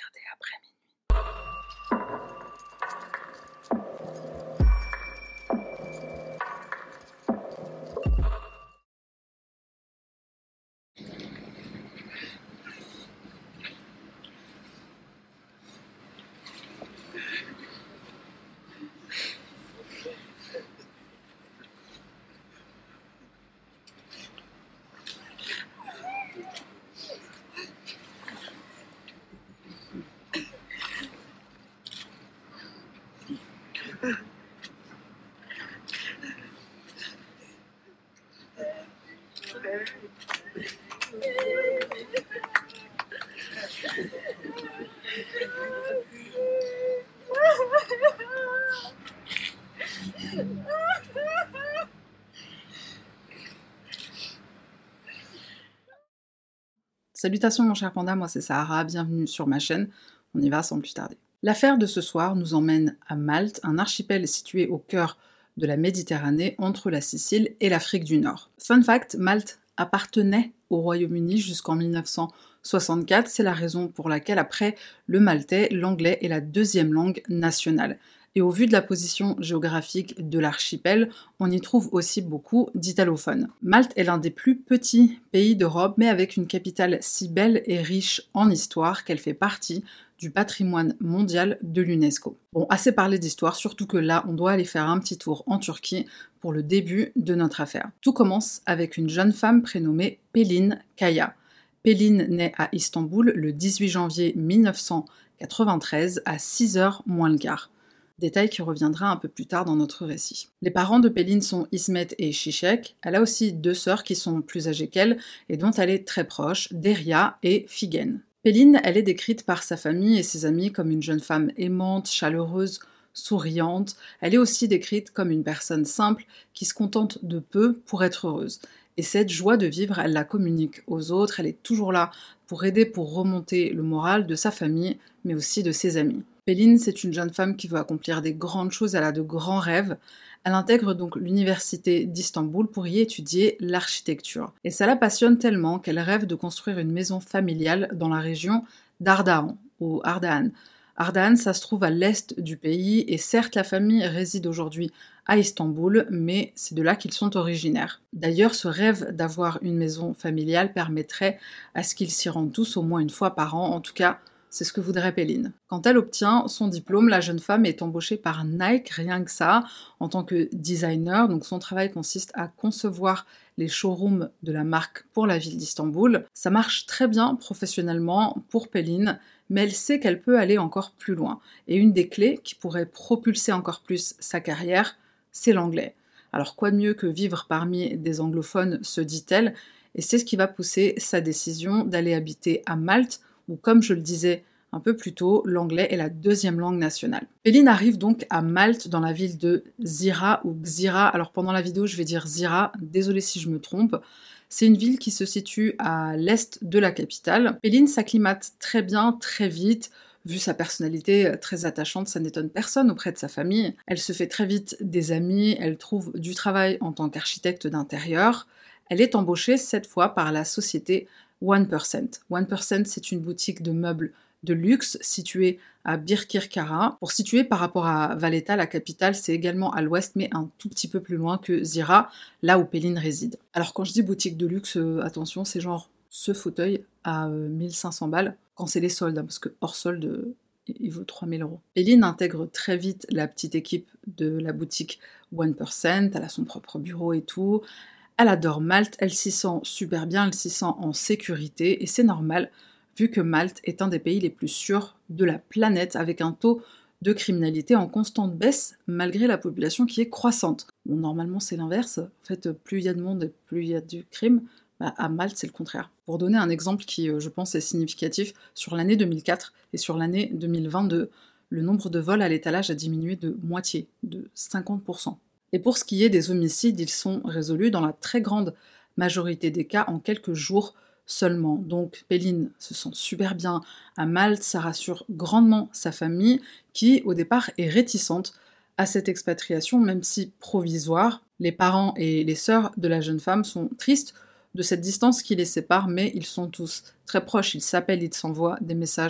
regarder après minuit. Salutations mon cher panda, moi c'est Sahara, bienvenue sur ma chaîne, on y va sans plus tarder. L'affaire de ce soir nous emmène à Malte, un archipel situé au cœur de la Méditerranée entre la Sicile et l'Afrique du Nord. Fun fact, Malte appartenait au Royaume-Uni jusqu'en 1964, c'est la raison pour laquelle après le maltais, l'anglais est la deuxième langue nationale. Et au vu de la position géographique de l'archipel, on y trouve aussi beaucoup d'italophones. Malte est l'un des plus petits pays d'Europe, mais avec une capitale si belle et riche en histoire qu'elle fait partie du patrimoine mondial de l'UNESCO. Bon, assez parlé d'histoire, surtout que là, on doit aller faire un petit tour en Turquie pour le début de notre affaire. Tout commence avec une jeune femme prénommée Pelin Kaya. Pelin naît à Istanbul le 18 janvier 1993 à 6h moins le quart. Détail qui reviendra un peu plus tard dans notre récit. Les parents de Pelin sont Ismet et Şişek. Elle a aussi deux sœurs qui sont plus âgées qu'elle et dont elle est très proche, Derya et Figen. Pelin, elle est décrite par sa famille et ses amis comme une jeune femme aimante, chaleureuse, souriante. Elle est aussi décrite comme une personne simple qui se contente de peu pour être heureuse. Et cette joie de vivre, elle la communique aux autres, elle est toujours là pour aider, pour remonter le moral de sa famille, mais aussi de ses amis. Pelin, c'est une jeune femme qui veut accomplir des grandes choses, elle a de grands rêves. Elle intègre donc l'université d'Istanbul pour y étudier l'architecture. Et ça la passionne tellement qu'elle rêve de construire une maison familiale dans la région d'Ardahan, ou Ardahan. Ardahan, ça se trouve à l'est du pays, et certes la famille réside aujourd'hui à Istanbul, mais c'est de là qu'ils sont originaires. D'ailleurs, ce rêve d'avoir une maison familiale permettrait à ce qu'ils s'y rendent tous au moins une fois par an, en tout cas, c'est ce que voudrait Pelin. Quand elle obtient son diplôme, la jeune femme est embauchée par Nike, rien que ça, en tant que designer. Donc son travail consiste à concevoir les showrooms de la marque pour la ville d'Istanbul. Ça marche très bien professionnellement pour Pelin, mais elle sait qu'elle peut aller encore plus loin. Et une des clés qui pourrait propulser encore plus sa carrière, c'est l'anglais. Alors quoi de mieux que vivre parmi des anglophones, se dit-elle, et c'est ce qui va pousser sa décision d'aller habiter à Malte, où, comme je le disais un peu plus tôt, l'anglais est la deuxième langue nationale. Pelin arrive donc à Malte, dans la ville de Zira ou Xira. Alors pendant la vidéo, je vais dire Zira, désolée si je me trompe. C'est une ville qui se situe à l'est de la capitale. Pelin s'acclimate très bien, très vite. Vu sa personnalité très attachante, ça n'étonne personne auprès de sa famille. Elle se fait très vite des amis, elle trouve du travail en tant qu'architecte d'intérieur. Elle est embauchée cette fois par la société 1%. 1%, c'est une boutique de meubles de luxe située à Birkirkara. Pour situer par rapport à Valletta, la capitale, c'est également à l'ouest, mais un tout petit peu plus loin que Zira, là où Pelin réside. Alors quand je dis boutique de luxe, attention, c'est genre ce fauteuil à 1500 balles, quand c'est les soldes, hein, parce que hors solde, il vaut 3000 €. Pelin intègre très vite la petite équipe de la boutique 1%, elle a son propre bureau et tout. Elle adore Malte, elle s'y sent super bien, elle s'y sent en sécurité, et c'est normal, vu que Malte est un des pays les plus sûrs de la planète, avec un taux de criminalité en constante baisse, malgré la population qui est croissante. Bon, normalement c'est l'inverse, en fait, plus il y a de monde et plus il y a du crime, à Malte c'est le contraire. Pour donner un exemple qui, je pense, est significatif, sur l'année 2004 et sur l'année 2022, le nombre de vols à l'étalage a diminué de moitié, de 50%. Et pour ce qui est des homicides, ils sont résolus dans la très grande majorité des cas en quelques jours seulement. Donc Pelin se sent super bien à Malte, ça rassure grandement sa famille qui, au départ, est réticente à cette expatriation, même si provisoire. Les parents et les sœurs de la jeune femme sont tristes de cette distance qui les sépare, mais ils sont tous très proches, ils s'appellent, ils s'envoient des messages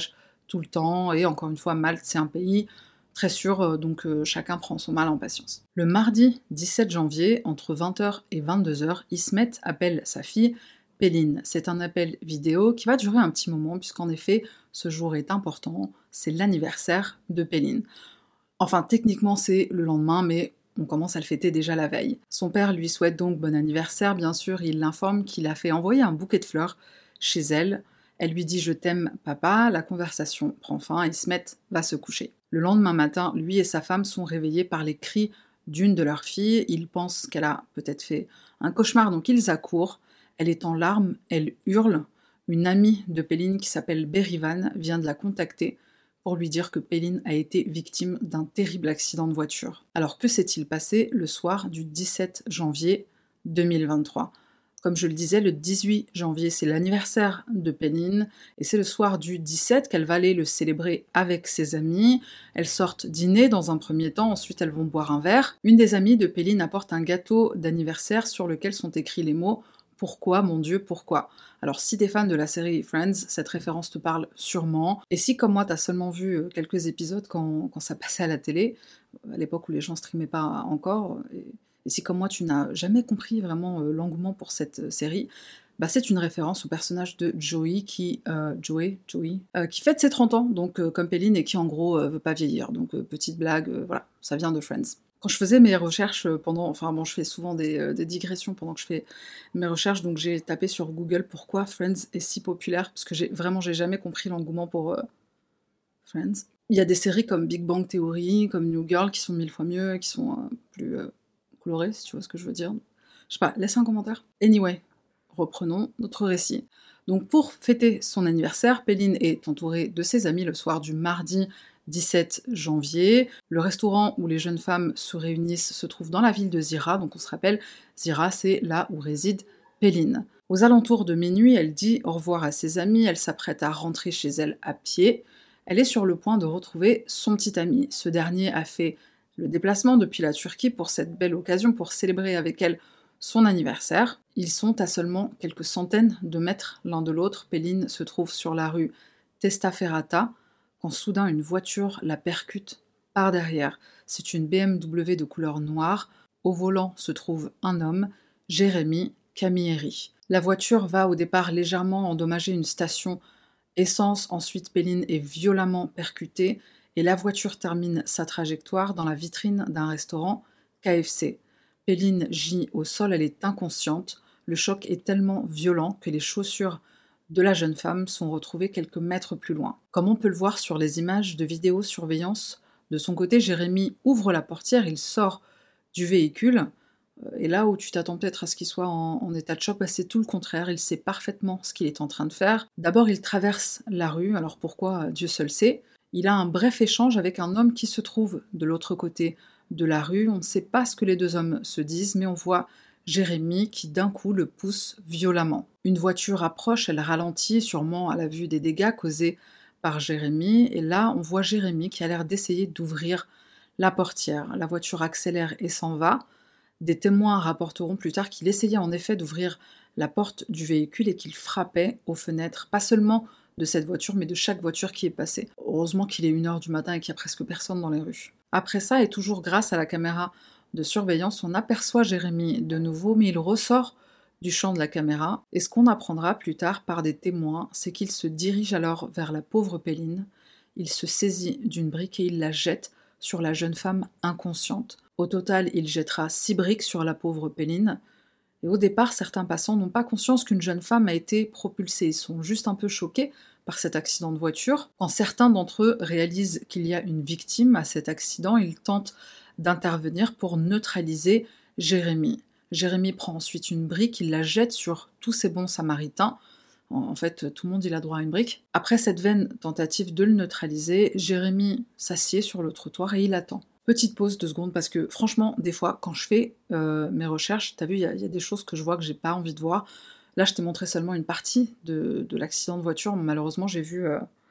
tout le temps, et encore une fois, Malte, c'est un pays très sûr, donc chacun prend son mal en patience. Le mardi 17 janvier, entre 20h et 22h, Ismet appelle sa fille Péline. C'est un appel vidéo qui va durer un petit moment, puisqu'en effet, ce jour est important, c'est l'anniversaire de Péline. Enfin, techniquement, c'est le lendemain, mais on commence à le fêter déjà la veille. Son père lui souhaite donc bon anniversaire, bien sûr, il l'informe qu'il a fait envoyer un bouquet de fleurs chez elle. Elle lui dit « Je t'aime, papa », la conversation prend fin et Ismet va se coucher. Le lendemain matin, lui et sa femme sont réveillés par les cris d'une de leurs filles. Ils pensent qu'elle a peut-être fait un cauchemar, donc ils accourent. Elle est en larmes, elle hurle. Une amie de Péline qui s'appelle Berivan vient de la contacter pour lui dire que Péline a été victime d'un terrible accident de voiture. Alors que s'est-il passé le soir du 17 janvier 2023 ? Comme je le disais, le 18 janvier, c'est l'anniversaire de Péline, et c'est le soir du 17 qu'elle va aller le célébrer avec ses amis. Elles sortent dîner dans un premier temps, ensuite elles vont boire un verre. Une des amies de Péline apporte un gâteau d'anniversaire sur lequel sont écrits les mots « Pourquoi, mon Dieu, pourquoi ?» Alors si t'es fan de la série Friends, cette référence te parle sûrement. Et si comme moi t'as seulement vu quelques épisodes quand ça passait à la télé, à l'époque où les gens streamaient pas encore, et si comme moi tu n'as jamais compris vraiment l'engouement pour cette série, bah c'est une référence au personnage de Joey qui fête ses 30 ans, donc comme Péline, et qui en gros veut pas vieillir. Donc petite blague, voilà, ça vient de Friends. Quand je faisais mes recherches je fais souvent des digressions pendant que je fais mes recherches, donc j'ai tapé sur Google pourquoi Friends est si populaire, parce que j'ai jamais compris l'engouement pour Friends. Il y a des séries comme Big Bang Theory, comme New Girl, qui sont 1000 fois mieux, qui sont plus colorées, si tu vois ce que je veux dire. Je sais pas, laisse un commentaire. Anyway, reprenons notre récit. Donc pour fêter son anniversaire, Péline est entourée de ses amis le soir du mardi 17 janvier. Le restaurant où les jeunes femmes se réunissent se trouve dans la ville de Zira, donc on se rappelle, Zira c'est là où réside Péline. Aux alentours de minuit, elle dit au revoir à ses amis, elle s'apprête à rentrer chez elle à pied. Elle est sur le point de retrouver son petit ami. Ce dernier a fait le déplacement depuis la Turquie pour cette belle occasion, pour célébrer avec elle son anniversaire. Ils sont à seulement quelques centaines de mètres l'un de l'autre. Péline se trouve sur la rue Testaferrata, quand soudain une voiture la percute par derrière. C'est une BMW de couleur noire. Au volant se trouve un homme, Jérémy Camilleri. La voiture va au départ légèrement endommager une station essence, ensuite Péline est violemment percutée et la voiture termine sa trajectoire dans la vitrine d'un restaurant KFC. Péline gît au sol, elle est inconsciente. Le choc est tellement violent que les chaussures de la jeune femme sont retrouvées quelques mètres plus loin. Comme on peut le voir sur les images de vidéosurveillance, de son côté, Jérémy ouvre la portière, il sort du véhicule, et là où tu t'attends peut-être à ce qu'il soit en état de choc, bah c'est tout le contraire, il sait parfaitement ce qu'il est en train de faire. D'abord, il traverse la rue, alors pourquoi, Dieu seul sait. Il a un bref échange avec un homme qui se trouve de l'autre côté de la rue. On ne sait pas ce que les deux hommes se disent, mais on voit Jérémy qui d'un coup le pousse violemment. Une voiture approche, elle ralentit, sûrement à la vue des dégâts causés par Jérémy, et là on voit Jérémy qui a l'air d'essayer d'ouvrir la portière. La voiture accélère et s'en va. Des témoins rapporteront plus tard qu'il essayait en effet d'ouvrir la porte du véhicule et qu'il frappait aux fenêtres, pas seulement de cette voiture, mais de chaque voiture qui est passée. Heureusement qu'il est 1h du matin et qu'il n'y a presque personne dans les rues. Après ça, et toujours grâce à la caméra de surveillance, on aperçoit Jérémy de nouveau, mais il ressort du champ de la caméra, et ce qu'on apprendra plus tard par des témoins, c'est qu'il se dirige alors vers la pauvre Péline, il se saisit d'une brique et il la jette sur la jeune femme inconsciente. Au total, il jettera 6 briques sur la pauvre Péline, et au départ, certains passants n'ont pas conscience qu'une jeune femme a été propulsée, ils sont juste un peu choqués par cet accident de voiture. Quand certains d'entre eux réalisent qu'il y a une victime à cet accident, ils tentent d'intervenir pour neutraliser Jérémy. Jérémy prend ensuite une brique, il la jette sur tous ces bons samaritains. En fait, tout le monde il a droit à une brique. Après cette vaine tentative de le neutraliser, Jérémy s'assied sur le trottoir et il attend. Petite pause 2 secondes, parce que franchement, des fois, quand je fais mes recherches, t'as vu, il y a des choses que je vois que j'ai pas envie de voir. Là, je t'ai montré seulement une partie de l'accident de voiture. Malheureusement, j'ai vu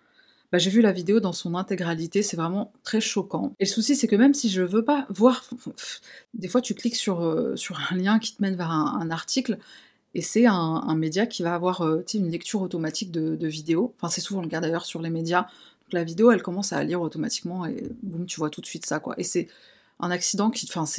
la vidéo dans son intégralité, c'est vraiment très choquant. Et le souci, c'est que même si je veux pas voir... Des fois, tu cliques sur un lien qui te mène vers un article, et c'est un média qui va avoir une lecture automatique de vidéos. Enfin, c'est souvent le cas d'ailleurs sur les médias. Donc la vidéo, elle commence à lire automatiquement et boum, tu vois tout de suite ça, quoi. Et c'est un accident qui... Enfin,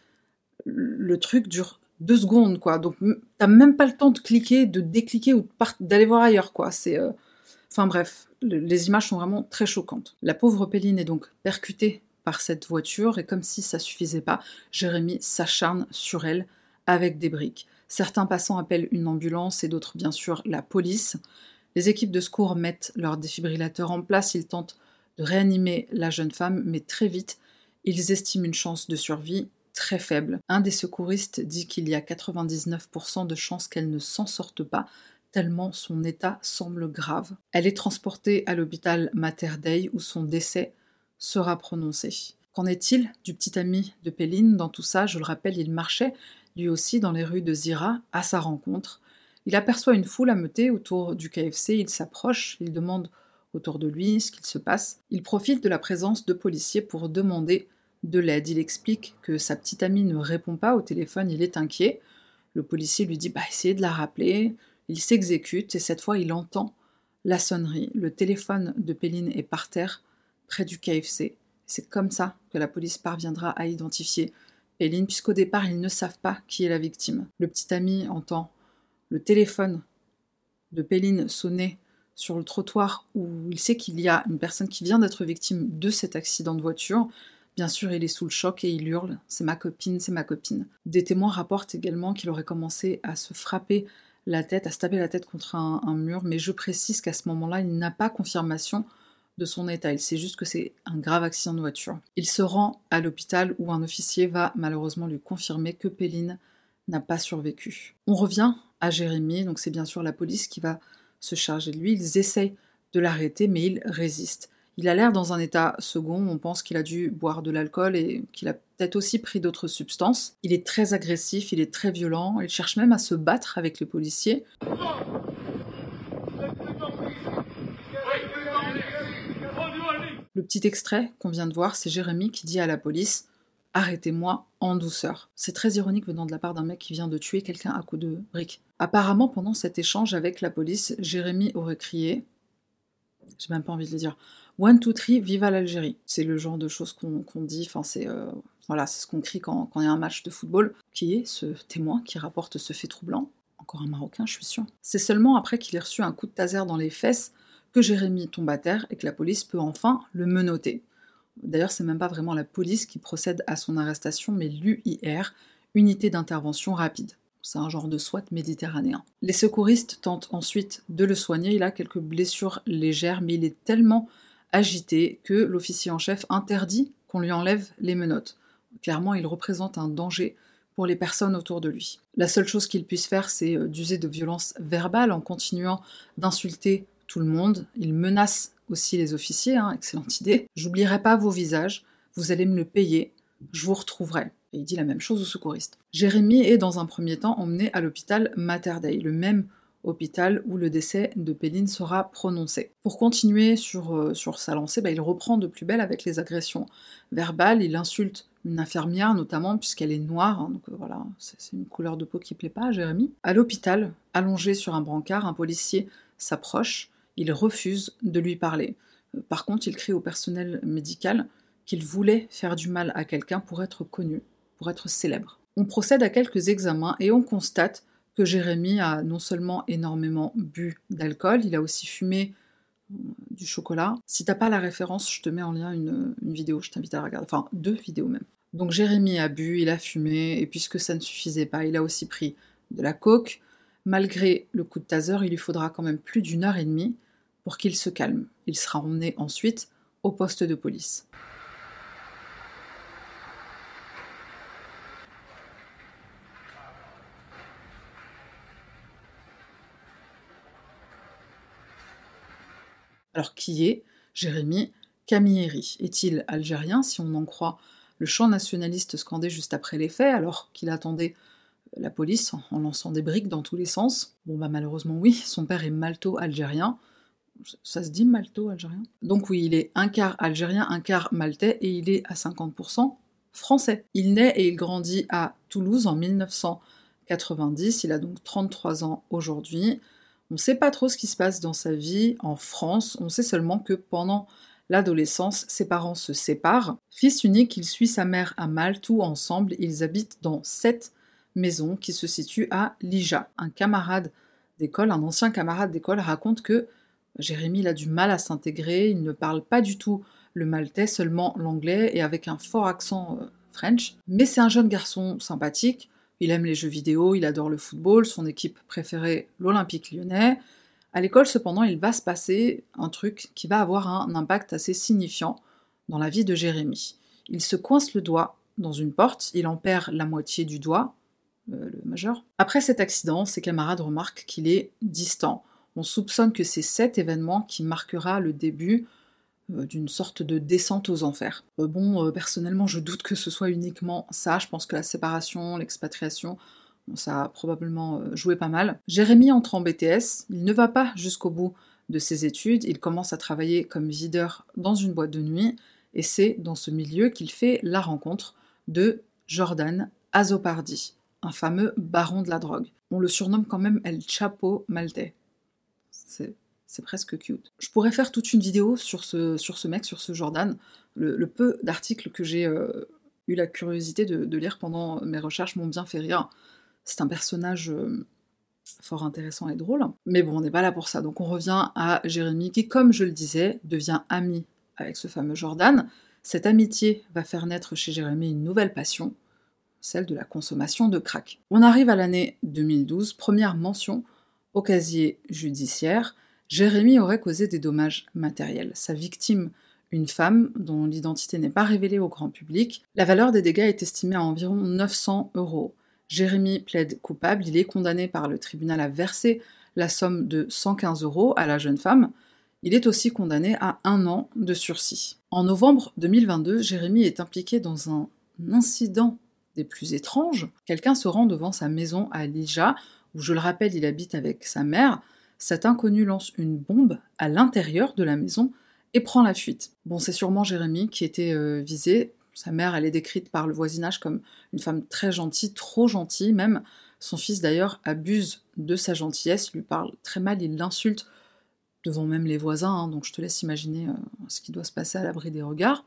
le truc dure 2 secondes, quoi. Donc t'as même pas le temps de cliquer, de décliquer ou d'aller voir ailleurs, quoi. Enfin bref, les images sont vraiment très choquantes. La pauvre Péline est donc percutée par cette voiture et comme si ça suffisait pas, Jérémy s'acharne sur elle avec des briques. Certains passants appellent une ambulance et d'autres bien sûr la police. Les équipes de secours mettent leur défibrillateur en place, ils tentent de réanimer la jeune femme, mais très vite, ils estiment une chance de survie très faible. Un des secouristes dit qu'il y a 99% de chances qu'elle ne s'en sorte pas, tellement son état semble grave. Elle est transportée à l'hôpital Mater Dei où son décès sera prononcé. Qu'en est-il du petit ami de Péline dans tout ça? Je le rappelle, il marchait lui aussi dans les rues de Zira à sa rencontre. Il aperçoit une foule ameutée autour du KFC, il s'approche, il demande autour de lui ce qu'il se passe. Il profite de la présence de policiers pour demander de l'aide. Il explique que sa petite amie ne répond pas au téléphone, il est inquiet. Le policier lui dit essayez de la rappeler. Il s'exécute et cette fois il entend la sonnerie. Le téléphone de Péline est par terre, près du KFC. C'est comme ça que la police parviendra à identifier Péline, puisqu'au départ ils ne savent pas qui est la victime. Le petit ami entend le téléphone de Péline sonner sur le trottoir où il sait qu'il y a une personne qui vient d'être victime de cet accident de voiture. Bien sûr, il est sous le choc et il hurle « c'est ma copine, c'est ma copine ». Des témoins rapportent également qu'il aurait commencé à se frapper la tête, à se taper la tête contre un mur, mais je précise qu'à ce moment-là, il n'a pas confirmation de son état, il sait juste que c'est un grave accident de voiture. Il se rend à l'hôpital où un officier va malheureusement lui confirmer que Péline n'a pas survécu. On revient à Jérémy, donc c'est bien sûr la police qui va se charger de lui, ils essayent de l'arrêter mais il résiste. Il a l'air dans un état second, on pense qu'il a dû boire de l'alcool et qu'il a peut-être aussi pris d'autres substances. Il est très agressif, il est très violent, il cherche même à se battre avec les policiers. Le petit extrait qu'on vient de voir, c'est Jérémy qui dit à la police « Arrêtez-moi en douceur ». C'est très ironique venant de la part d'un mec qui vient de tuer quelqu'un à coups de briques. Apparemment, pendant cet échange avec la police, Jérémy aurait crié, j'ai même pas envie de le dire, « 1, 2, 3, viva l'Algérie ». C'est le genre de choses qu'on dit, enfin c'est ce qu'on crie quand il y a un match de football. Qui est ce témoin qui rapporte ce fait troublant? Encore un Marocain, je suis sûre. C'est seulement après qu'il ait reçu un coup de taser dans les fesses que Jérémy tombe à terre et que la police peut enfin le menotter. D'ailleurs, c'est même pas vraiment la police qui procède à son arrestation, mais l'UIR, Unité d'intervention rapide. C'est un genre de SWAT méditerranéen. Les secouristes tentent ensuite de le soigner, il a quelques blessures légères, mais il est tellement agité que l'officier en chef interdit qu'on lui enlève les menottes. Clairement, il représente un danger pour les personnes autour de lui. La seule chose qu'il puisse faire, c'est d'user de violence verbale en continuant d'insulter tout le monde. Il menace aussi les officiers, excellente idée. « J'oublierai pas vos visages, vous allez me le payer, je vous retrouverai ». Et il dit la même chose aux secouristes. Jérémy est dans un premier temps emmené à l'hôpital Mater Dei, le même hôpital où le décès de Péline sera prononcé. Pour continuer sur sa lancée, il reprend de plus belle avec les agressions verbales, il insulte une infirmière notamment puisqu'elle est noire, donc voilà, c'est une couleur de peau qui plaît pas à Jérémy. À l'hôpital, allongé sur un brancard, un policier s'approche, il refuse de lui parler. Par contre, il crie au personnel médical qu'il voulait faire du mal à quelqu'un pour être connu, pour être célèbre. On procède à quelques examens et on constate que Jérémy a non seulement énormément bu d'alcool, il a aussi fumé du chocolat. Si t'as pas la référence, je te mets en lien une vidéo, je t'invite à la regarder, enfin 2 vidéos même. Donc Jérémy a bu, il a fumé, et puisque ça ne suffisait pas, il a aussi pris de la coke. Malgré le coup de taser, il lui faudra quand même plus d'1 heure et demie pour qu'il se calme. Il sera emmené ensuite au poste de police. Alors qui est Jérémy Camilleri? Est-il algérien, si on en croit le chant nationaliste scandé juste après les faits, alors qu'il attendait la police en lançant des briques dans tous les sens? Malheureusement oui, son père est malto-algérien. Ça se dit malto-algérien? Donc oui, il est un quart algérien, un quart maltais, et il est à 50% français. Il naît et il grandit à Toulouse en 1990, il a donc 33 ans aujourd'hui. On ne sait pas trop ce qui se passe dans sa vie en France, on sait seulement que pendant l'adolescence, ses parents se séparent. Fils unique, il suit sa mère à Malte où ensemble ils habitent dans 7 maisons qui se situent à Lija. Un camarade d'école, un ancien camarade d'école raconte que Jérémy il a du mal à s'intégrer, il ne parle pas du tout le maltais, seulement l'anglais et avec un fort accent French. Mais c'est un jeune garçon sympathique, il aime les jeux vidéo, il adore le football, son équipe préférée l'Olympique lyonnais. À l'école, cependant, il va se passer un truc qui va avoir un impact assez signifiant dans la vie de Jérémy. Il se coince le doigt dans une porte, il en perd la moitié du doigt, le majeur. Après cet accident, ses camarades remarquent qu'il est distant. On soupçonne que c'est cet événement qui marquera le début d'une sorte de descente aux enfers. Personnellement, je doute que ce soit uniquement ça. Je pense que la séparation, l'expatriation, ça a probablement joué pas mal. Jérémy entre en BTS, il ne va pas jusqu'au bout de ses études, il commence à travailler comme videur dans une boîte de nuit, et c'est dans ce milieu qu'il fait la rencontre de Jordan Azzopardi, un fameux baron de la drogue. On le surnomme quand même El Chapo maltais. C'est presque cute. Je pourrais faire toute une vidéo sur ce mec, sur ce Jordan. Le peu d'articles que j'ai eu la curiosité de lire pendant mes recherches m'ont bien fait rire. C'est un personnage fort intéressant et drôle. Mais bon, on n'est pas là pour ça. Donc on revient à Jérémy qui, comme je le disais, devient ami avec ce fameux Jordan. Cette amitié va faire naître chez Jérémy une nouvelle passion, celle de la consommation de crack. On arrive à l'année 2012, première mention au casier judiciaire. Jérémy aurait causé des dommages matériels. Sa victime, une femme dont l'identité n'est pas révélée au grand public. La valeur des dégâts est estimée à environ 900 €. Jérémy plaide coupable, il est condamné par le tribunal à verser la somme de 115 € à la jeune femme. Il est aussi condamné à 1 an de sursis. En novembre 2022, Jérémy est impliqué dans un incident des plus étranges. Quelqu'un se rend devant sa maison à Lija, où je le rappelle, il habite avec sa mère. Cet inconnu lance une bombe à l'intérieur de la maison et prend la fuite. Bon, c'est sûrement Jérémy qui était visé. Sa mère, elle est décrite par le voisinage comme une femme très gentille, trop gentille même. Son fils d'ailleurs abuse de sa gentillesse, lui parle très mal, il l'insulte devant même les voisins, hein, donc je te laisse imaginer ce qui doit se passer à l'abri des regards.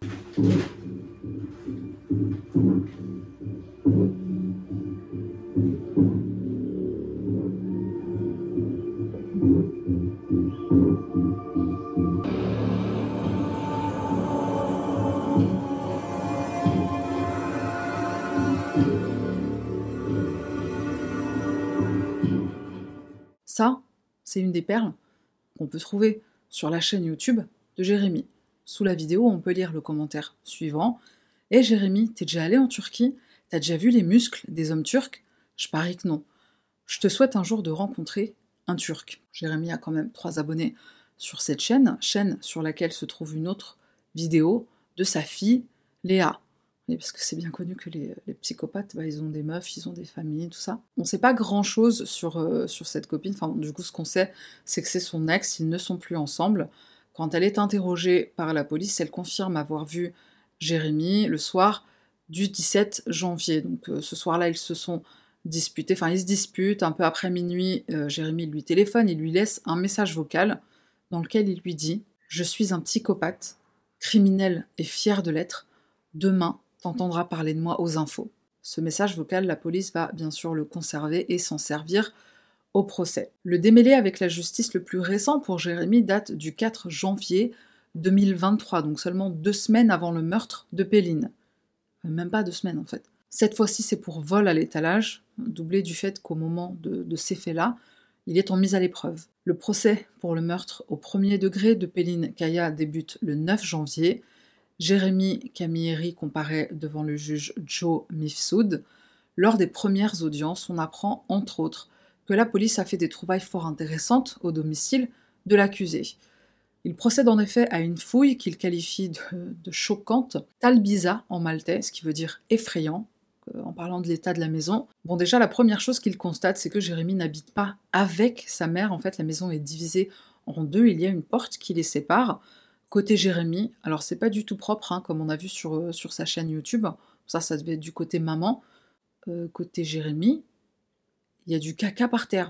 Ça, c'est une des perles qu'on peut trouver sur la chaîne YouTube de Jérémy. Sous la vidéo, on peut lire le commentaire suivant. « Eh Jérémy, t'es déjà allé en Turquie? T'as déjà vu les muscles des hommes turcs? Je parie que non. Je te souhaite un jour de rencontrer un Turc. » Jérémy a quand même 3 abonnés sur cette chaîne sur laquelle se trouve une autre vidéo de sa fille, Léa. Et parce que c'est bien connu que les psychopathes, ils ont des meufs, ils ont des familles, tout ça. On ne sait pas grand-chose sur cette copine. Enfin, du coup, ce qu'on sait, c'est que c'est son ex, ils ne sont plus ensemble. Quand elle est interrogée par la police, elle confirme avoir vu Jérémy le soir du 17 janvier. Donc ce soir-là, ils se sont disputés. Enfin, ils se disputent. Un peu après minuit, Jérémy lui téléphone, il lui laisse un message vocal dans lequel il lui dit « Je suis un psychopathe, criminel et fier de l'être. Demain, t'entendras parler de moi aux infos. » Ce message vocal, la police va bien sûr le conserver et s'en servir au procès. Le démêlé avec la justice le plus récent pour Jérémy date du 4 janvier 2023, donc seulement 2 semaines avant le meurtre de Péline. Même pas 2 semaines en fait. Cette fois-ci, c'est pour vol à l'étalage, doublé du fait qu'au moment de ces faits-là, il est en mise à l'épreuve. Le procès pour le meurtre au premier degré de Péline Kaya débute le 9 janvier. Jérémy Camilleri comparaît devant le juge Joe Mifsud. Lors des premières audiences, on apprend, entre autres, que la police a fait des trouvailles fort intéressantes au domicile de l'accusé. Il procède en effet à une fouille qu'il qualifie de choquante, talbiza en maltais, ce qui veut dire effrayant, en parlant de l'état de la maison. Bon, déjà, la première chose qu'il constate, c'est que Jérémy n'habite pas avec sa mère. En fait, la maison est divisée en 2, il y a une porte qui les sépare. Côté Jérémy, alors c'est pas du tout propre, hein, comme on a vu sur sa chaîne YouTube, ça devait être du côté maman. Côté Jérémy, il y a du caca par terre.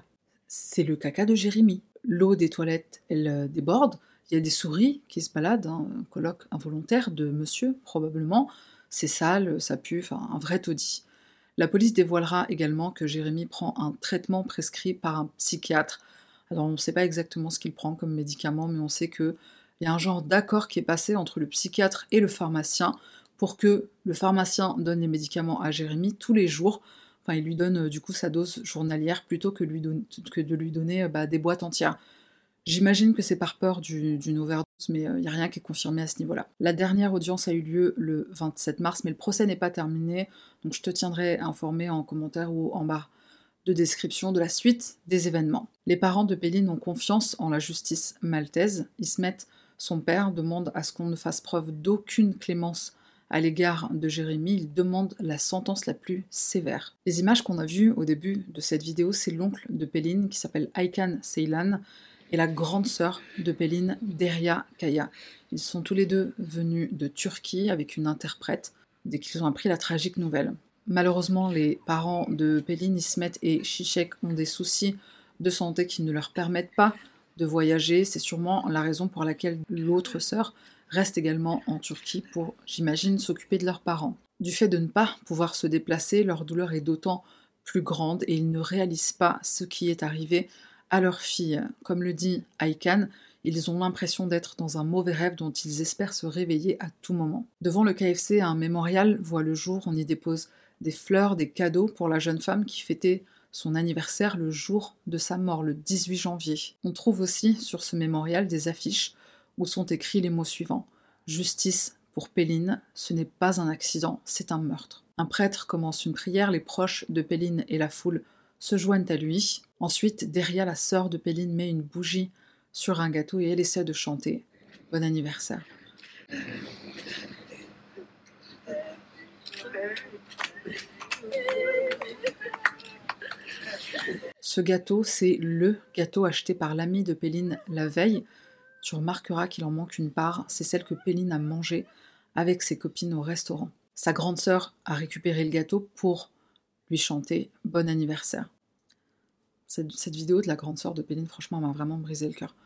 c'est le caca de Jérémy. L'eau des toilettes, elle déborde. Il y a des souris qui se baladent, un colloque involontaire de monsieur, probablement. C'est sale, ça pue, enfin un vrai taudis. La police dévoilera également que Jérémy prend un traitement prescrit par un psychiatre. Alors on ne sait pas exactement ce qu'il prend comme médicament, mais on sait qu'il y a un genre d'accord qui est passé entre le psychiatre et le pharmacien pour que le pharmacien donne les médicaments à Jérémy tous les jours. Enfin, il lui donne du coup sa dose journalière plutôt que de lui donner des boîtes entières. J'imagine que c'est par peur d'une overdose, mais il n'y a rien qui est confirmé à ce niveau-là. La dernière audience a eu lieu le 27 mars, mais le procès n'est pas terminé, donc je te tiendrai informé en commentaire ou en barre de description de la suite des événements. Les parents de Péline ont confiance en la justice maltaise. Ismet, son père, demande à ce qu'on ne fasse preuve d'aucune clémence à l'égard de Jérémy, il demande la sentence la plus sévère. Les images qu'on a vues au début de cette vidéo, c'est l'oncle de Péline qui s'appelle Aykan Ceylan et la grande sœur de Péline, Derya Kaya. Ils sont tous les deux venus de Turquie avec une interprète dès qu'ils ont appris la tragique nouvelle. Malheureusement, les parents de Péline, Ismet et Şişek ont des soucis de santé qui ne leur permettent pas de voyager. C'est sûrement la raison pour laquelle l'autre sœur reste également en Turquie pour, j'imagine, s'occuper de leurs parents. Du fait de ne pas pouvoir se déplacer, leur douleur est d'autant plus grande et ils ne réalisent pas ce qui est arrivé à leur fille. Comme le dit Aykan, ils ont l'impression d'être dans un mauvais rêve dont ils espèrent se réveiller à tout moment. Devant le KFC, un mémorial voit le jour, on y dépose des fleurs, des cadeaux pour la jeune femme qui fêtait son anniversaire le jour de sa mort, le 18 janvier. On trouve aussi sur ce mémorial des affiches où sont écrits les mots suivants. Justice pour Péline, ce n'est pas un accident, c'est un meurtre. Un prêtre commence une prière, les proches de Péline et la foule se joignent à lui. Ensuite, Derya, la sœur de Péline, met une bougie sur un gâteau et elle essaie de chanter « Bon anniversaire ». Ce gâteau, c'est le gâteau acheté par l'ami de Péline la veille. Tu remarqueras qu'il en manque une part, c'est celle que Péline a mangée avec ses copines au restaurant. Sa grande sœur a récupéré le gâteau pour lui chanter « Bon anniversaire ». Cette vidéo de la grande sœur de Péline, franchement, m'a vraiment brisé le cœur.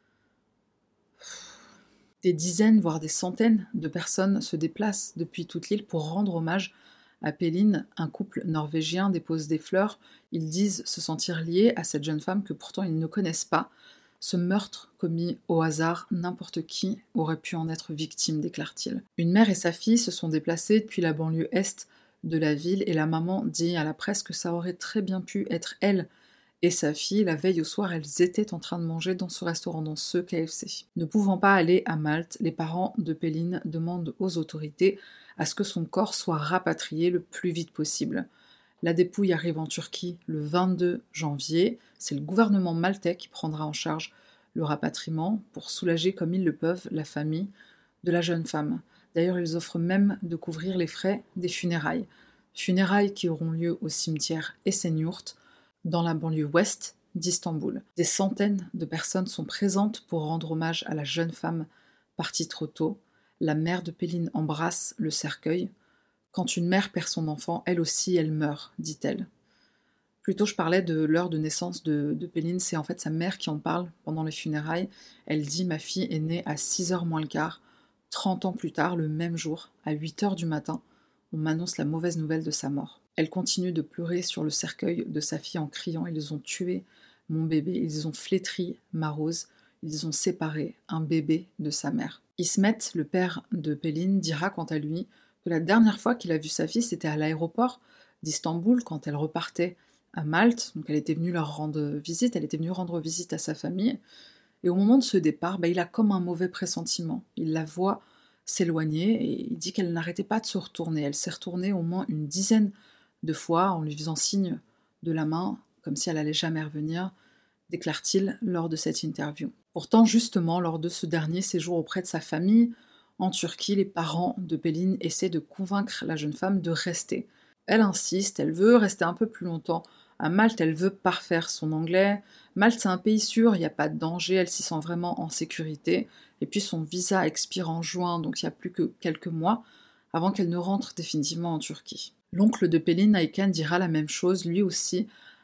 Des dizaines, voire des centaines de personnes se déplacent depuis toute l'île pour rendre hommage à Péline. Un couple norvégien dépose des fleurs. Ils disent se sentir liés à cette jeune femme que pourtant ils ne connaissent pas. Ce meurtre commis au hasard, n'importe qui aurait pu en être victime, déclare-t-il. Une mère et sa fille se sont déplacées depuis la banlieue est de la ville et la maman dit à la presse que ça aurait très bien pu être elle et sa fille. La veille au soir, elles étaient en train de manger dans ce restaurant, dans ce KFC. Ne pouvant pas aller à Malte, les parents de Péline demandent aux autorités à ce que son corps soit rapatrié le plus vite possible. La dépouille arrive en Turquie le 22 janvier. C'est le gouvernement maltais qui prendra en charge le rapatriement pour soulager comme ils le peuvent la famille de la jeune femme. D'ailleurs, ils offrent même de couvrir les frais des funérailles. Funérailles qui auront lieu au cimetière Esenyurt, dans la banlieue ouest d'Istanbul. Des centaines de personnes sont présentes pour rendre hommage à la jeune femme partie trop tôt. La mère de Péline embrasse le cercueil. Quand une mère perd son enfant, elle aussi, elle meurt, dit-elle. Plutôt, je parlais de l'heure de naissance de Péline, c'est en fait sa mère qui en parle pendant les funérailles. Elle dit « Ma fille est née à 6h moins le quart. 30 ans plus tard, le même jour, à 8h du matin, on m'annonce la mauvaise nouvelle de sa mort. » Elle continue de pleurer sur le cercueil de sa fille en criant « Ils ont tué mon bébé, ils ont flétri ma rose, ils ont séparé un bébé de sa mère. » Ismet, le père de Péline, dira quant à lui que la dernière fois qu'il a vu sa fille, c'était à l'aéroport d'Istanbul, quand elle repartait à Malte. Donc elle était venue leur rendre visite, elle était venue rendre visite à sa famille. Et au moment de ce départ, il a comme un mauvais pressentiment. Il la voit s'éloigner et il dit qu'elle n'arrêtait pas de se retourner. Elle s'est retournée au moins une dizaine de fois en lui faisant signe de la main, comme si elle allait jamais revenir, déclare-t-il lors de cette interview. Pourtant, justement, lors de ce dernier séjour auprès de sa famille, en Turquie, les parents de Péline essaient de convaincre la jeune femme de rester. Elle insiste, elle veut rester un peu plus longtemps. À Malte, elle veut parfaire son anglais. Malte, c'est un pays sûr, il n'y a pas de danger, elle s'y sent vraiment en sécurité. Et puis son visa expire en juin, donc il n'y a plus que quelques mois avant qu'elle ne rentre définitivement en Turquie. L'oncle de Péline, Aykan, dira la même chose, lui aussi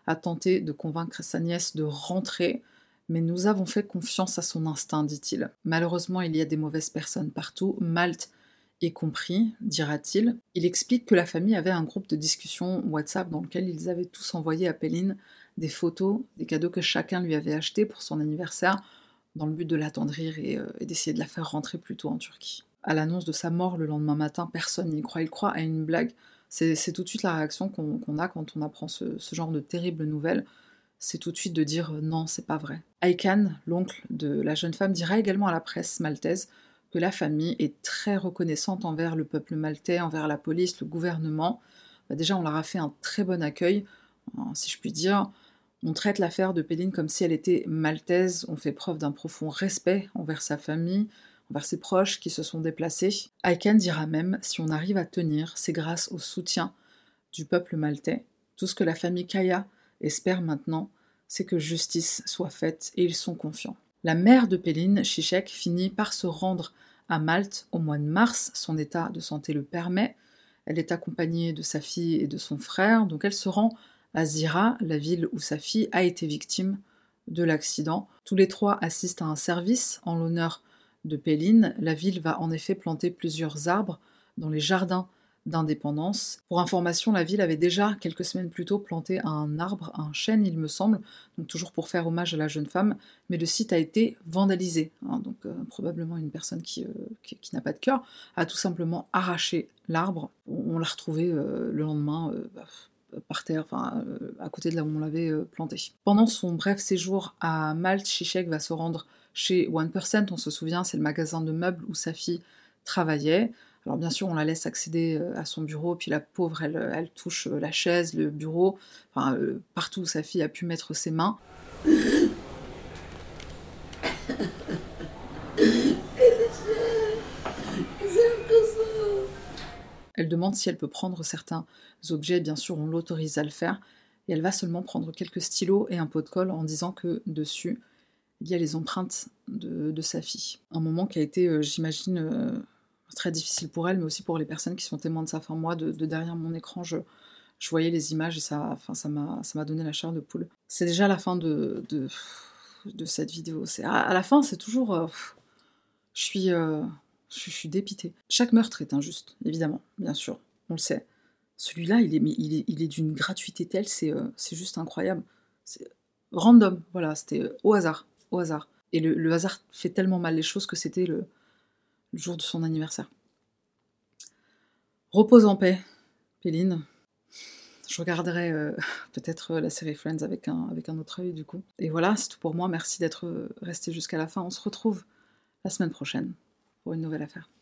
a tenté de convaincre sa nièce de rentrer, mais nous avons fait confiance à son instinct, dit-il. Malheureusement, il y a des mauvaises personnes partout, Malte y compris, dira-t-il. Il explique que la famille avait un groupe de discussion WhatsApp dans lequel ils avaient tous envoyé à Péline des photos, des cadeaux que chacun lui avait achetés pour son anniversaire, dans le but de l'attendrir et d'essayer de la faire rentrer plus tôt en Turquie. À l'annonce de sa mort le lendemain matin, personne n'y croit. Il croit à une blague. C'est tout de suite la réaction qu'on a quand on apprend ce genre de terribles nouvelles. C'est tout de suite de dire non, c'est pas vrai. Aykan, l'oncle de la jeune femme, dira également à la presse maltaise que la famille est très reconnaissante envers le peuple maltais, envers la police, le gouvernement. Déjà, on leur a fait un très bon accueil, si je puis dire. On traite l'affaire de Péline comme si elle était maltaise, on fait preuve d'un profond respect envers sa famille, envers ses proches qui se sont déplacés. Aykan dira même, si on arrive à tenir, c'est grâce au soutien du peuple maltais. Tout ce que la famille Kaya espère maintenant, c'est que justice soit faite et ils sont confiants. La mère de Péline, Chichek, finit par se rendre à Malte au mois de mars, son état de santé le permet. Elle est accompagnée de sa fille et de son frère, donc elle se rend à Zira, la ville où sa fille a été victime de l'accident. Tous les trois assistent à un service en l'honneur de Péline. La ville va en effet planter plusieurs arbres dans les jardins d'indépendance. Pour information, la ville avait déjà, quelques semaines plus tôt, planté un arbre, un chêne, il me semble, donc toujours pour faire hommage à la jeune femme, mais le site a été vandalisé. Donc probablement une personne qui n'a pas de cœur a tout simplement arraché l'arbre. On l'a retrouvé le lendemain par terre, à côté de là où on l'avait planté. Pendant son bref séjour à Malte, Chichek va se rendre chez 1%, on se souvient, c'est le magasin de meubles où sa fille travaillait. Alors bien sûr, on la laisse accéder à son bureau, puis la pauvre, elle touche la chaise, le bureau, partout où sa fille a pu mettre ses mains. Elle demande si elle peut prendre certains objets, bien sûr, on l'autorise à le faire, et elle va seulement prendre quelques stylos et un pot de colle en disant que dessus, il y a les empreintes de sa fille. Un moment qui a été, j'imagine, très difficile pour elle, mais aussi pour les personnes qui sont témoins de ça. Enfin, moi, de derrière mon écran, je voyais les images et ça m'a donné la chair de poule. C'est déjà la fin de cette vidéo. À la fin, c'est toujours... je suis dépitée. Chaque meurtre est injuste, évidemment, bien sûr, on le sait. Celui-là, il est d'une gratuité telle, c'est juste incroyable. C'est random, voilà, c'était au hasard. Et le hasard fait tellement mal les choses que c'était le jour de son anniversaire. Repose en paix, Péline. Je regarderai peut-être la série Friends avec un autre œil, du coup. Et voilà, c'est tout pour moi. Merci d'être resté jusqu'à la fin. On se retrouve la semaine prochaine pour une nouvelle affaire.